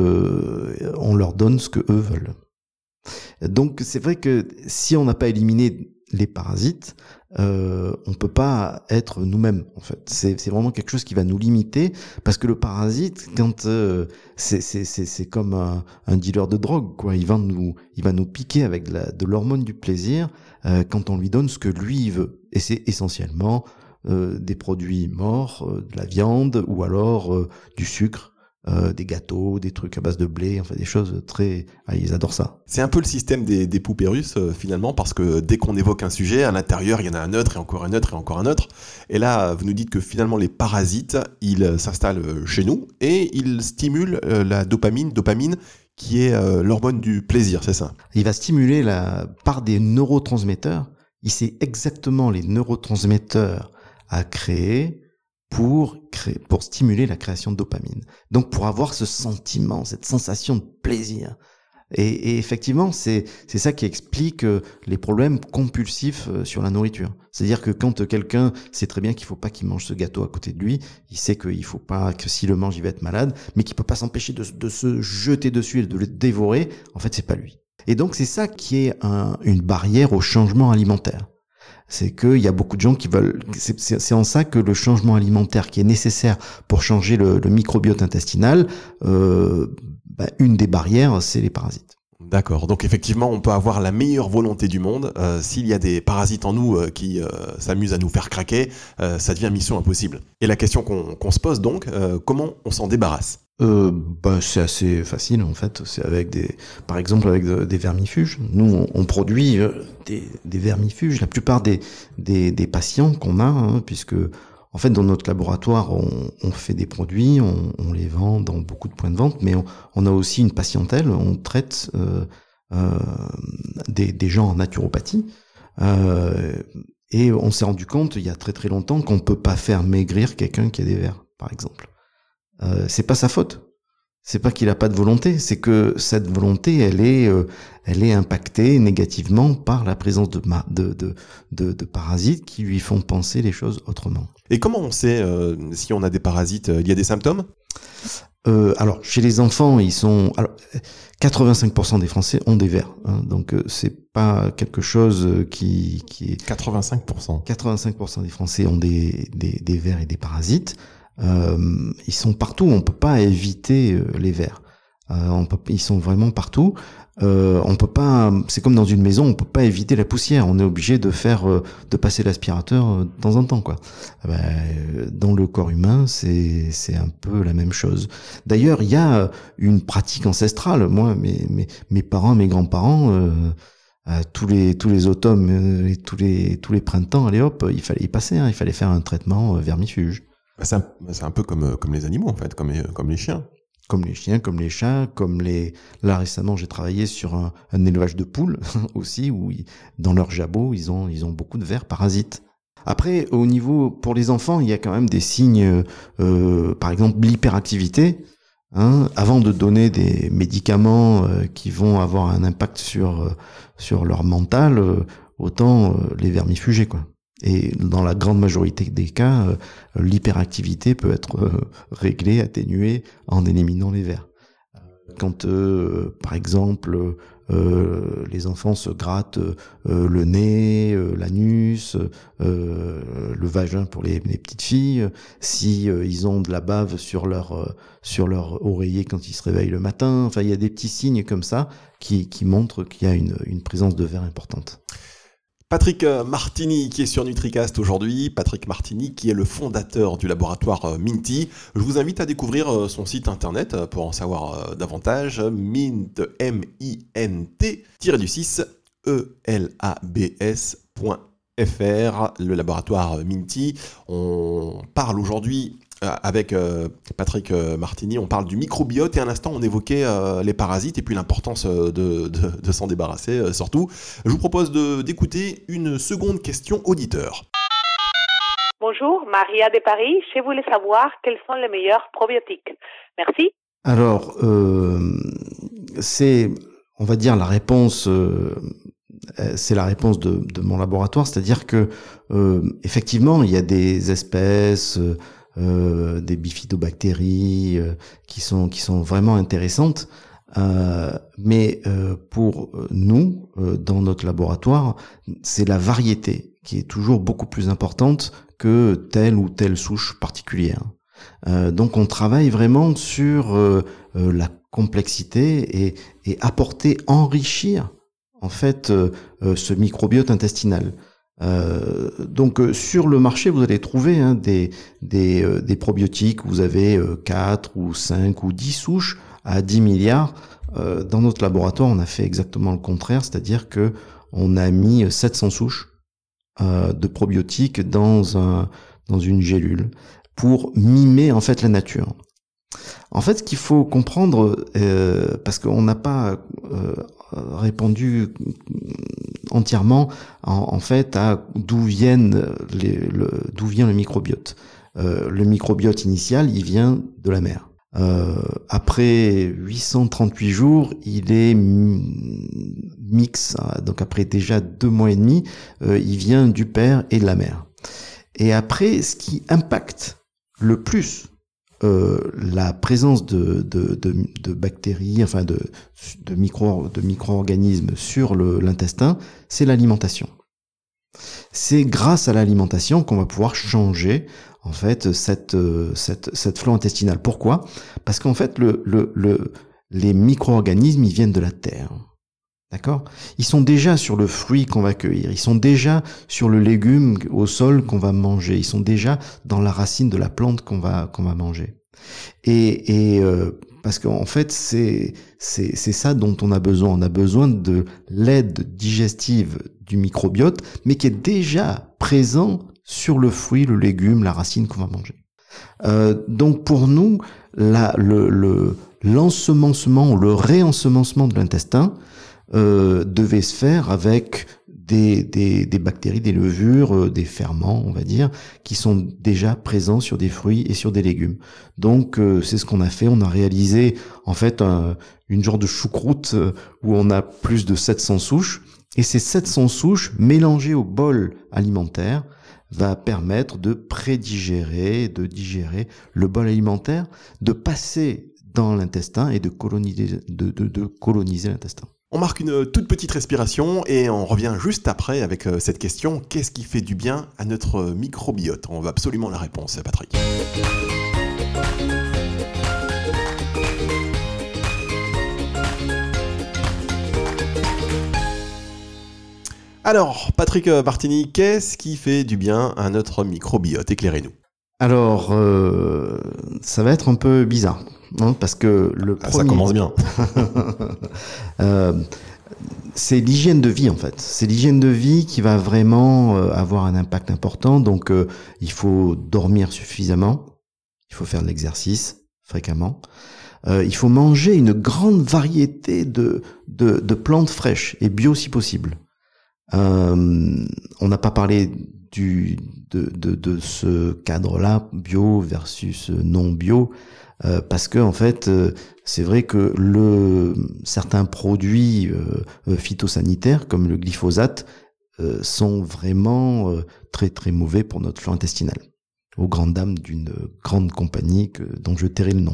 on leur donne ce que eux veulent. Donc c'est vrai que si on n'a pas éliminé les parasites, on peut pas être nous-mêmes, en fait. C'est vraiment quelque chose qui va nous limiter, parce que le parasite, quand c'est comme un dealer de drogue, quoi. Il va nous piquer avec de l'hormone du plaisir quand on lui donne ce que lui il veut. Et c'est essentiellement des produits morts, de la viande, ou alors du sucre, des gâteaux, des trucs à base de blé, enfin des choses très... ils adorent ça. C'est un peu le système des poupées russes finalement, parce que dès qu'on évoque un sujet, à l'intérieur il y en a un autre, et encore un autre, et encore un autre. Et là, vous nous dites que finalement les parasites, ils s'installent chez nous, et ils stimulent la dopamine qui est l'hormone du plaisir, c'est ça? Il va stimuler par des neurotransmetteurs. Il sait exactement les neurotransmetteurs à créer pour stimuler la création de dopamine. Donc pour avoir ce sentiment, cette sensation de plaisir. Et effectivement, c'est ça qui explique les problèmes compulsifs sur la nourriture. C'est-à-dire que quand quelqu'un sait très bien qu'il faut pas qu'il mange ce gâteau à côté de lui, il sait qu'il faut pas que s'il le mange, il va être malade, mais qu'il peut pas s'empêcher de se jeter dessus et de le dévorer, en fait, c'est pas lui. Et donc c'est ça qui est une barrière au changement alimentaire. C'est qu'il y a beaucoup de gens qui veulent... C'est en ça que le changement alimentaire qui est nécessaire pour changer le microbiote intestinal, une des barrières, c'est les parasites. D'accord, donc effectivement, on peut avoir la meilleure volonté du monde. S'il y a des parasites en nous qui s'amusent à nous faire craquer, ça devient mission impossible. Et la question qu'on se pose donc, comment on s'en débarrasse? C'est assez facile en fait. C'est par exemple avec des vermifuges. Nous, on produit des vermifuges. La plupart des patients qu'on a, puisque en fait dans notre laboratoire, on fait des produits, on les vend dans beaucoup de points de vente, mais on a aussi une patientèle. On traite des gens en naturopathie. Et on s'est rendu compte il y a très très longtemps qu'on peut pas faire maigrir quelqu'un qui a des vers, par exemple. C'est pas sa faute. C'est pas qu'il a pas de volonté, c'est que cette volonté, elle est impactée négativement par la présence de parasites qui lui font penser les choses autrement. Et comment on sait si on a des parasites? Il y a des symptômes? Alors, chez les enfants, 85% des Français ont des vers, hein, donc c'est pas quelque chose qui est... 85%. 85% des Français ont des vers et des parasites. Ils sont partout, on peut pas éviter les vers. Ils sont vraiment partout. On peut pas, c'est comme dans une maison, on peut pas éviter la poussière. On est obligé de passer l'aspirateur de temps en temps, quoi. Dans le corps humain, c'est un peu la même chose. D'ailleurs, il y a une pratique ancestrale. Moi, mes parents, mes grands-parents, tous les automnes et tous les printemps, allez hop, il fallait y passer. Il fallait faire un traitement vermifuge. C'est un peu comme les animaux, en fait, comme les chiens. Comme les chiens, comme les chats, Là, récemment, j'ai travaillé sur un élevage de poules aussi, où dans leur jabot, ils ont beaucoup de vers parasites. Après, au niveau, pour les enfants, il y a quand même des signes, par exemple, l'hyperactivité. Hein, avant de donner des médicaments qui vont avoir un impact sur leur mental, autant les vermifuger, quoi. Et dans la grande majorité des cas, l'hyperactivité peut être réglée, atténuée en éliminant les vers. Quand, par exemple, les enfants se grattent le nez, l'anus, le vagin pour les petites filles, si ils ont de la bave sur leur oreiller quand ils se réveillent le matin, enfin il y a des petits signes comme ça qui montrent qu'il y a une présence de vers importante. Patrick Martini qui est sur NutriCast aujourd'hui. Patrick Martini qui est le fondateur du laboratoire Minty. Je vous invite à découvrir son site internet pour en savoir davantage. Mint, MINT-6 ELABS.fr, le laboratoire Minty. On parle aujourd'hui avec Patrick Martini, on parle du microbiote et à l'instant on évoquait les parasites et puis l'importance de s'en débarrasser surtout. Je vous propose d'écouter une seconde question auditeur. Bonjour, Maria de Paris. Je voulais savoir quels sont les meilleurs probiotiques. Merci. Alors, on va dire la réponse... c'est la réponse de mon laboratoire, c'est-à-dire que effectivement il y a des espèces... des bifidobactéries qui sont vraiment intéressantes, mais pour nous dans notre laboratoire, c'est la variété qui est toujours beaucoup plus importante que telle ou telle souche particulière. Donc on travaille vraiment sur la complexité et enrichir en fait ce microbiote intestinal. Donc sur le marché vous allez trouver des probiotiques, vous avez 4 ou 5 ou 10 souches à 10 milliards. Dans notre laboratoire on a fait exactement le contraire, c'est-à-dire que on a mis 700 souches de probiotiques dans une gélule pour mimer en fait la nature. En fait, ce qu'il faut comprendre, parce qu'on n'a pas répondu entièrement en fait à d'où vient le microbiote. Le microbiote initial, il vient de la mer. Après 838 jours, il est mix, donc après déjà 2 mois et demi, il vient du père et de la mère. Et après, ce qui impacte le plus la présence de bactéries, enfin de micro-organismes sur l'intestin, c'est l'alimentation. C'est grâce à l'alimentation qu'on va pouvoir changer en fait cette flore intestinale. Pourquoi ? Parce qu'en fait les micro-organismes ils viennent de la terre. D'accord ? Ils sont déjà sur le fruit qu'on va cueillir, ils sont déjà sur le légume au sol qu'on va manger, ils sont déjà dans la racine de la plante qu'on va manger. Et parce qu'en fait c'est ça dont on a besoin. On a besoin de l'aide digestive du microbiote, mais qui est déjà présent sur le fruit, le légume, la racine qu'on va manger. Donc pour nous, l'ensemencement ou le réensemencement de l'intestin devait se faire avec des bactéries, des levures, des ferments, on va dire, qui sont déjà présents sur des fruits et sur des légumes. Donc c'est ce qu'on a fait. On a réalisé en fait une genre de choucroute où on a plus de 700 souches. Et ces 700 souches mélangées au bol alimentaire va permettre de de digérer le bol alimentaire, de passer dans l'intestin et de coloniser l'intestin. On marque une toute petite respiration et on revient juste après avec cette question. Qu'est-ce qui fait du bien à notre microbiote? On veut absolument la réponse, Patrick. Alors, Patrick Martini, qu'est-ce qui fait du bien à notre microbiote? Éclairez-nous. Alors, ça va être un peu bizarre, hein, parce que ça commence bien. C'est l'hygiène de vie, en fait. C'est l'hygiène de vie qui va vraiment avoir un impact important. Donc, il faut dormir suffisamment, il faut faire de l'exercice fréquemment, il faut manger une grande variété de plantes fraîches et bio si possible. On n'a pas parlé de ce cadre-là, bio versus non bio, parce que en fait, c'est vrai que certains produits phytosanitaires comme le glyphosate sont vraiment très très mauvais pour notre flore intestinale, aux grandes dames d'une grande compagnie dont je tairai le nom.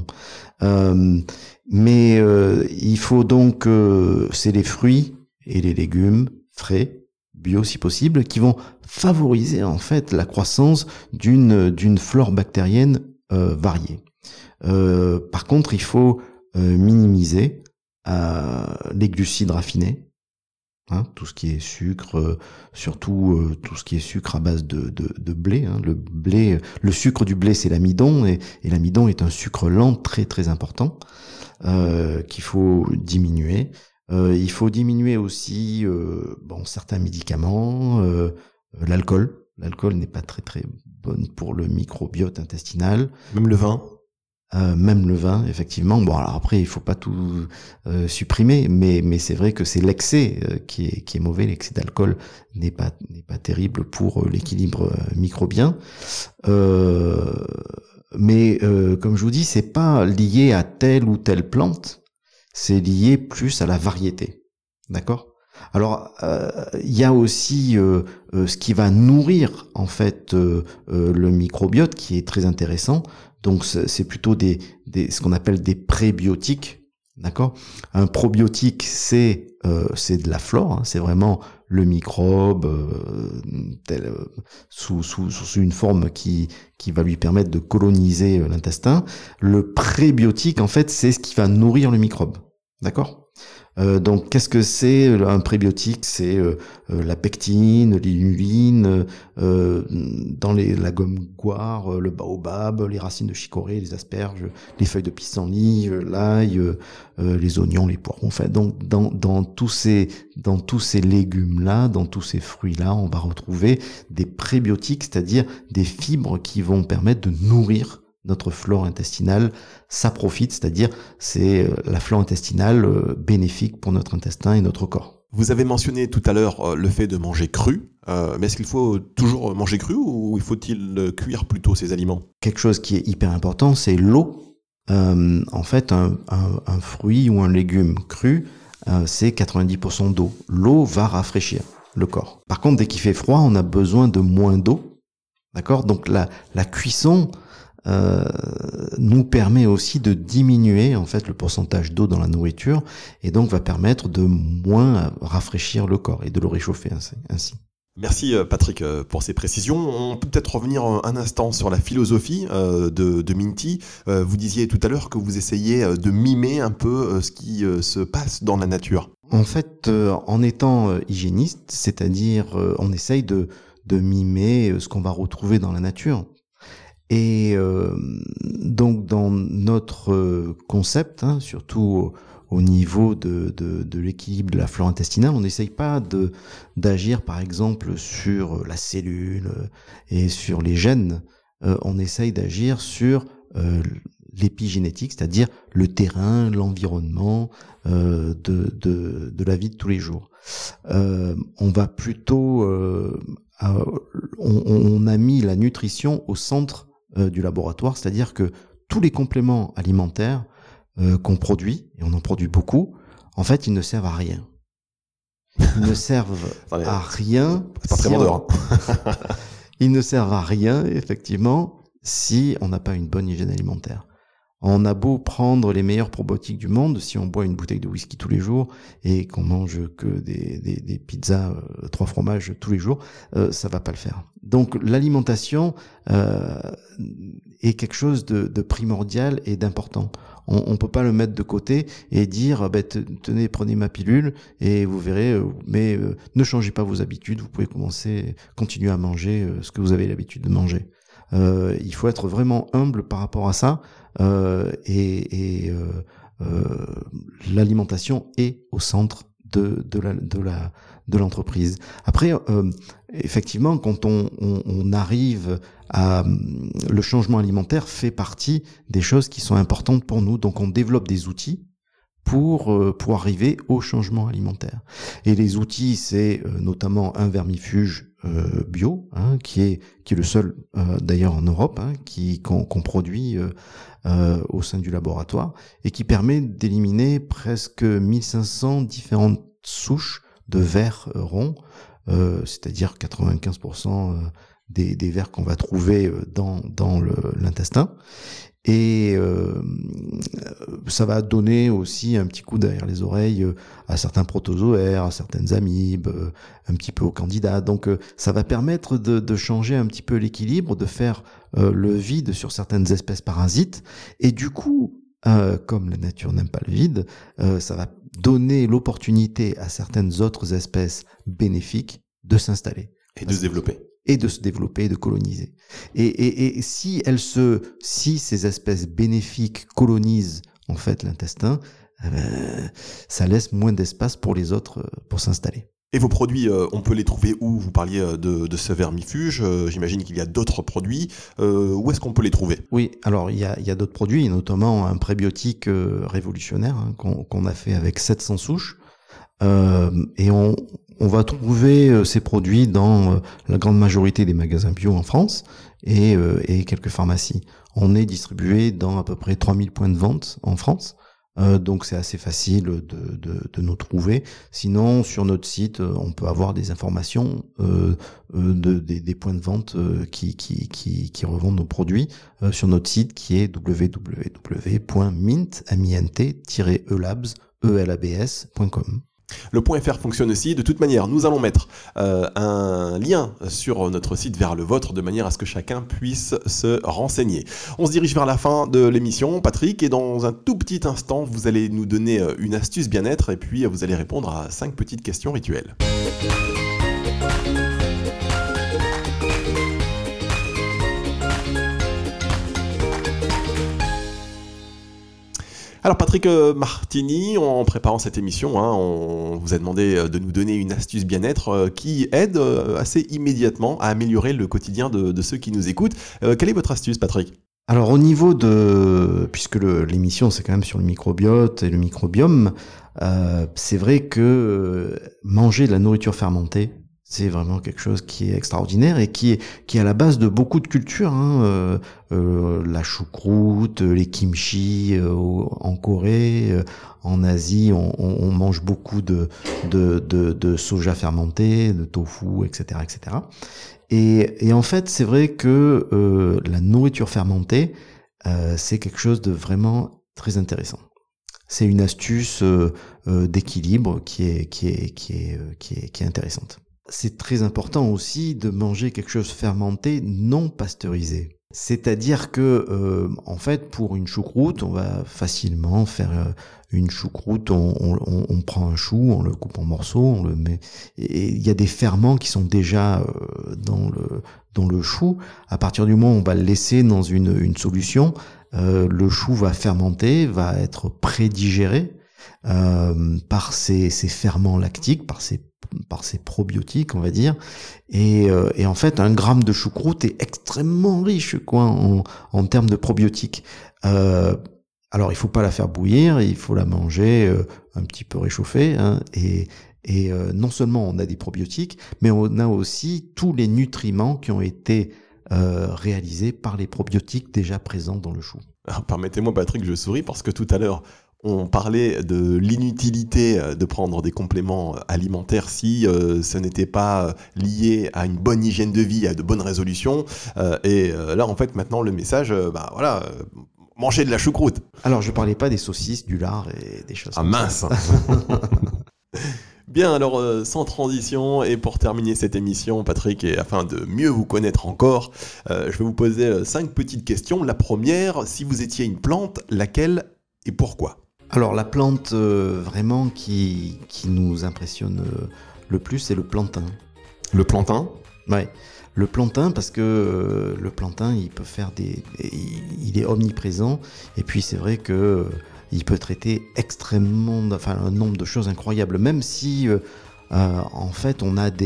Mais il faut donc, c'est les fruits et les légumes frais, bio si possible, qui vont favoriser en fait la croissance d'une flore bactérienne variée. Par contre, il faut minimiser les glucides raffinés, hein, tout ce qui est sucre, surtout tout ce qui est sucre à base de blé. Hein. Le sucre du blé, c'est l'amidon, et l'amidon est un sucre lent très très important qu'il faut diminuer. Il faut diminuer aussi certains médicaments, l'alcool. L'alcool n'est pas très très bonne pour le microbiote intestinal. Même le vin. Même le vin, effectivement. Bon, alors après, il faut pas tout supprimer, mais c'est vrai que c'est l'excès qui est mauvais. L'excès d'alcool n'est pas terrible pour l'équilibre microbien. Mais comme je vous dis, c'est pas lié à telle ou telle plante. C'est lié plus à la variété, d'accord? Alors, il y a aussi ce qui va nourrir en fait le microbiote, qui est très intéressant. Donc, c'est plutôt ce qu'on appelle des prébiotiques, d'accord? Un probiotique, c'est de la flore, hein, c'est vraiment le microbe sous une forme qui va lui permettre de coloniser l'intestin. Le prébiotique, en fait, c'est ce qui va nourrir le microbe. D'accord? Donc, qu'est-ce que c'est un prébiotique? C'est la pectine, l'inuline, la gomme goire, le baobab, les racines de chicorée, les asperges, les feuilles de pissenlit, l'ail, les oignons, les poivrons. Enfin, donc dans tous ces légumes-là, dans tous ces fruits-là, on va retrouver des prébiotiques, c'est-à-dire des fibres qui vont permettre de nourrir notre flore intestinale. Ça profite, c'est-à-dire c'est la flore intestinale bénéfique pour notre intestin et notre corps. Vous avez mentionné tout à l'heure le fait de manger cru, mais est-ce qu'il faut toujours manger cru ou faut-il cuire plutôt ces aliments? Quelque chose qui est hyper important, c'est l'eau. En fait, un fruit ou un légume cru, c'est 90% d'eau. L'eau va rafraîchir le corps. Par contre, dès qu'il fait froid, on a besoin de moins d'eau. D'accord? Donc la cuisson nous permet aussi de diminuer en fait le pourcentage d'eau dans la nourriture, et donc va permettre de moins rafraîchir le corps et de le réchauffer ainsi. Merci Patrick pour ces précisions. On peut peut-être revenir un instant sur la philosophie de Minty. Vous disiez tout à l'heure que vous essayez de mimer un peu ce qui se passe dans la nature. En fait, en étant hygiéniste, c'est-à-dire on essaye de mimer ce qu'on va retrouver dans la nature. Et donc dans notre concept, hein, surtout au niveau de l'équilibre de la flore intestinale, on n'essaye pas d'agir par exemple sur la cellule et sur les gènes, on essaye d'agir sur l'épigénétique, c'est-à-dire le terrain, l'environnement de la vie de tous les jours. On va plutôt, on a mis la nutrition au centre du laboratoire, c'est-à-dire que tous les compléments alimentaires qu'on produit, et on en produit beaucoup, en fait, ils ne servent à rien. Ils ne servent à rien. C'est pas très vendeur. Ils ne servent à rien, effectivement, si on n'a pas une bonne hygiène alimentaire. On a beau prendre les meilleurs probiotiques du monde, si on boit une bouteille de whisky tous les jours et qu'on mange que des pizzas 3 fromages tous les jours, ça va pas le faire. Donc l'alimentation est quelque chose de primordial et d'important. On peut pas le mettre de côté et dire tenez, prenez ma pilule et vous verrez, mais ne changez pas vos habitudes, vous pouvez continuer à manger ce que vous avez l'habitude de manger. Il faut être vraiment humble par rapport à ça, et l'alimentation est au centre de l'entreprise. Après, effectivement, quand on arrive à le changement alimentaire fait partie des choses qui sont importantes pour nous. Donc, on développe des outils pour arriver au changement alimentaire. Et les outils, c'est notamment un vermifuge bio, qui est le seul d'ailleurs en Europe, qu'on produit au sein du laboratoire et qui permet d'éliminer presque 1500 différentes souches de vers ronds, c'est-à-dire 95% des vers qu'on va trouver dans l'intestin. Et ça va donner aussi un petit coup derrière les oreilles à certains protozoaires, à certaines amibes, un petit peu aux candidats. Donc ça va permettre de changer un petit peu l'équilibre, de faire le vide sur certaines espèces parasites. Et du coup, comme la nature n'aime pas le vide, ça va donner l'opportunité à certaines autres espèces bénéfiques de s'installer. Et de se développer. Et de se développer et de coloniser. Et si ces espèces bénéfiques colonisent en fait l'intestin, ça laisse moins d'espace pour les autres pour s'installer. Et vos produits, on peut les trouver où? Vous parliez de ce vermifuge, j'imagine qu'il y a d'autres produits. Où est-ce qu'on peut les trouver? Oui, alors il y a d'autres produits, notamment un prébiotique révolutionnaire qu'on a fait avec 700 souches. Et on va trouver ces produits dans la grande majorité des magasins bio en France et quelques pharmacies. On est distribué dans à peu près 3000 points de vente en France. Donc c'est assez facile de nous trouver. Sinon, sur notre site, on peut avoir des informations des points de vente qui revendent nos produits sur notre site qui est www.mint-elabs.com. Le .fr fonctionne aussi. De toute manière, nous allons mettre un lien sur notre site vers le vôtre de manière à ce que chacun puisse se renseigner. On se dirige vers la fin de l'émission, Patrick, et dans un tout petit instant, vous allez nous donner une astuce bien-être et puis vous allez répondre à 5 petites questions rituelles. Alors Patrick Martini, en préparant cette émission, on vous a demandé de nous donner une astuce bien-être qui aide assez immédiatement à améliorer le quotidien de ceux qui nous écoutent. Quelle est votre astuce, Patrick ? Alors au niveau puisque l'émission c'est quand même sur le microbiote et le microbiome, c'est vrai que manger de la nourriture fermentée, c'est vraiment quelque chose qui est extraordinaire et qui est à la base de beaucoup de cultures. La choucroute, les kimchi en Corée, en Asie, on mange beaucoup de soja fermenté, de tofu, etc., etc. Et en fait, c'est vrai que la nourriture fermentée, c'est quelque chose de vraiment très intéressant. C'est une astuce d'équilibre qui est intéressante. C'est très important aussi de manger quelque chose fermenté non pasteurisé. C'est-à-dire que, en fait, pour une choucroute, on va facilement faire une choucroute. On prend un chou, on le coupe en morceaux, on le met. Et il y a des ferments qui sont déjà dans le chou. À partir du moment où on va le laisser dans une solution, le chou va fermenter, va être prédigéré par ces ferments lactiques, par ces probiotiques, on va dire, et en fait un gramme de choucroute est extrêmement riche en termes de probiotiques. Alors, il faut pas la faire bouillir, il faut la manger un petit peu réchauffée, hein, et non seulement on a des probiotiques, mais on a aussi tous les nutriments qui ont été réalisés par les probiotiques déjà présents dans le chou. Alors, permettez-moi Patrick, je souris parce que tout à l'heure, on parlait de l'inutilité de prendre des compléments alimentaires si ce n'était pas lié à une bonne hygiène de vie, à de bonnes résolutions. Et là, en fait, maintenant, le message, manger de la choucroute. Alors, je parlais pas des saucisses, du lard et des choses comme mince. ça. Bien, alors sans transition, et pour terminer cette émission, Patrick, et afin de mieux vous connaître encore, je vais vous poser 5 petites questions. La première, si vous étiez une plante, laquelle et pourquoi ? Alors, la plante vraiment qui nous impressionne le plus, c'est le plantain. Le plantain ? Ouais. Le plantain, parce que le plantain, il peut faire il est omniprésent, et puis c'est vrai que il peut traiter un nombre de choses incroyables, même si en fait on a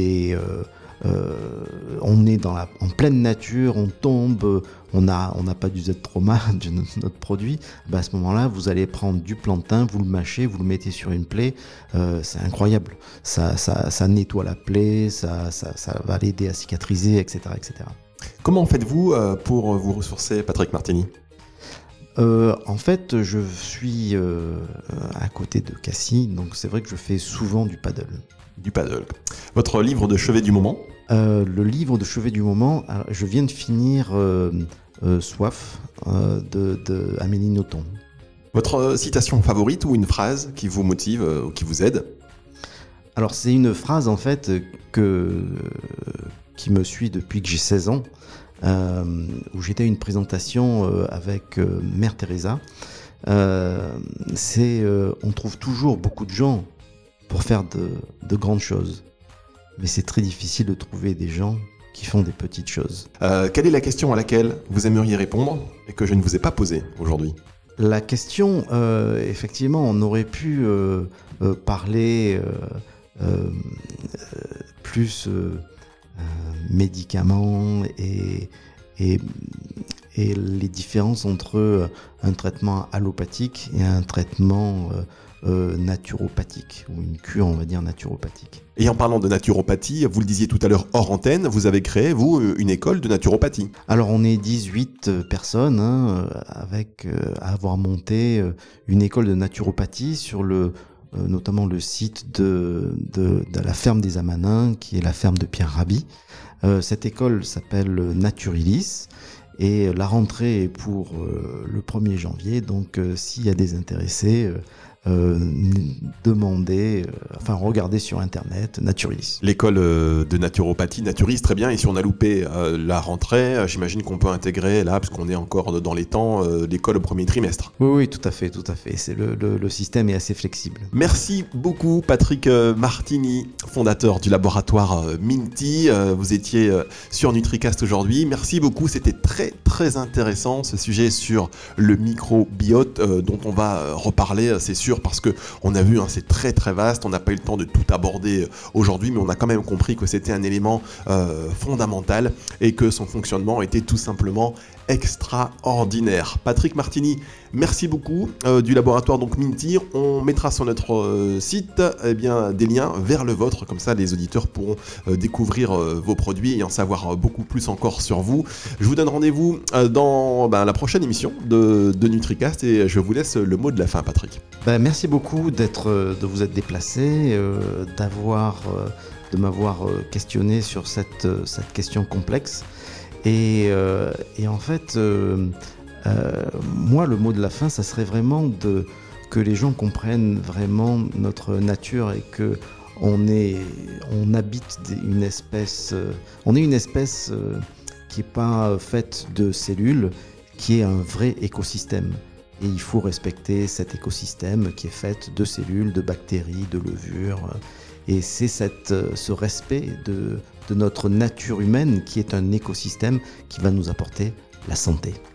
on est en pleine nature, on tombe, on n'a pas d'usage trauma de notre produit. À ce moment-là, vous allez prendre du plantain, vous le mâchez, vous le mettez sur une plaie, c'est incroyable. Ça nettoie la plaie, ça va l'aider à cicatriser, etc., etc. Comment faites-vous pour vous ressourcer, Patrick Martini ? En fait, je suis à côté de Cassis, donc c'est vrai que je fais souvent du paddle. Du paddle. Votre livre de chevet du moment ? Le livre de chevet du moment, je viens de finir Soif de Amélie Nothomb. Votre citation favorite ou une phrase qui vous motive ou qui vous aide ? Alors c'est une phrase en fait qui me suit depuis que j'ai 16 ans. Où j'étais à une présentation avec Mère Teresa. On trouve toujours beaucoup de gens pour faire de grandes choses, mais c'est très difficile de trouver des gens qui font des petites choses. Quelle est la question à laquelle vous aimeriez répondre et que je ne vous ai pas posée aujourd'hui ? La question, effectivement, on aurait pu parler plus médicaments et les différences entre un traitement allopathique et un traitement naturopathique, ou une cure, on va dire, naturopathique. Et en parlant de naturopathie, vous le disiez tout à l'heure hors antenne, vous avez créé, vous, une école de naturopathie. Alors on est 18 personnes avec à avoir monté une école de naturopathie sur notamment le site de la ferme des Amanins, qui est la ferme de Pierre Rabhi. Cette école s'appelle Naturilis et la rentrée est pour le 1er janvier. Donc s'il y a des intéressés, regardez sur internet Naturilis. L'école de naturopathie Naturis, très bien. Et si on a loupé la rentrée, j'imagine qu'on peut intégrer là, parce qu'on est encore dans les temps, l'école au 1er trimestre. Oui, tout à fait. C'est le système est assez flexible. Merci beaucoup Patrick Martini, fondateur du laboratoire Minty. Vous étiez sur NutriCast aujourd'hui. Merci beaucoup, c'était très très intéressant ce sujet sur le microbiote dont on va reparler, c'est sûr, parce que on a vu, c'est très très vaste, on n'a pas eu le temps de tout aborder aujourd'hui, mais on a quand même compris que c'était un élément fondamental et que son fonctionnement était tout simplement extraordinaire. Patrick Martini, merci beaucoup du laboratoire donc Minty. On mettra sur notre site des liens vers le vôtre, comme ça les auditeurs pourront découvrir vos produits et en savoir beaucoup plus encore sur vous. Je vous donne rendez-vous dans la prochaine émission de NutriCast et je vous laisse le mot de la fin, Patrick. Merci beaucoup de vous être déplacé, de m'avoir questionné sur cette question complexe. Et en fait, moi, le mot de la fin, ça serait vraiment que les gens comprennent vraiment notre nature et que on habite une espèce qui n'est pas faite de cellules, qui est un vrai écosystème. Et il faut respecter cet écosystème qui est fait de cellules, de bactéries, de levures. Et c'est ce respect de notre nature humaine qui est un écosystème qui va nous apporter la santé.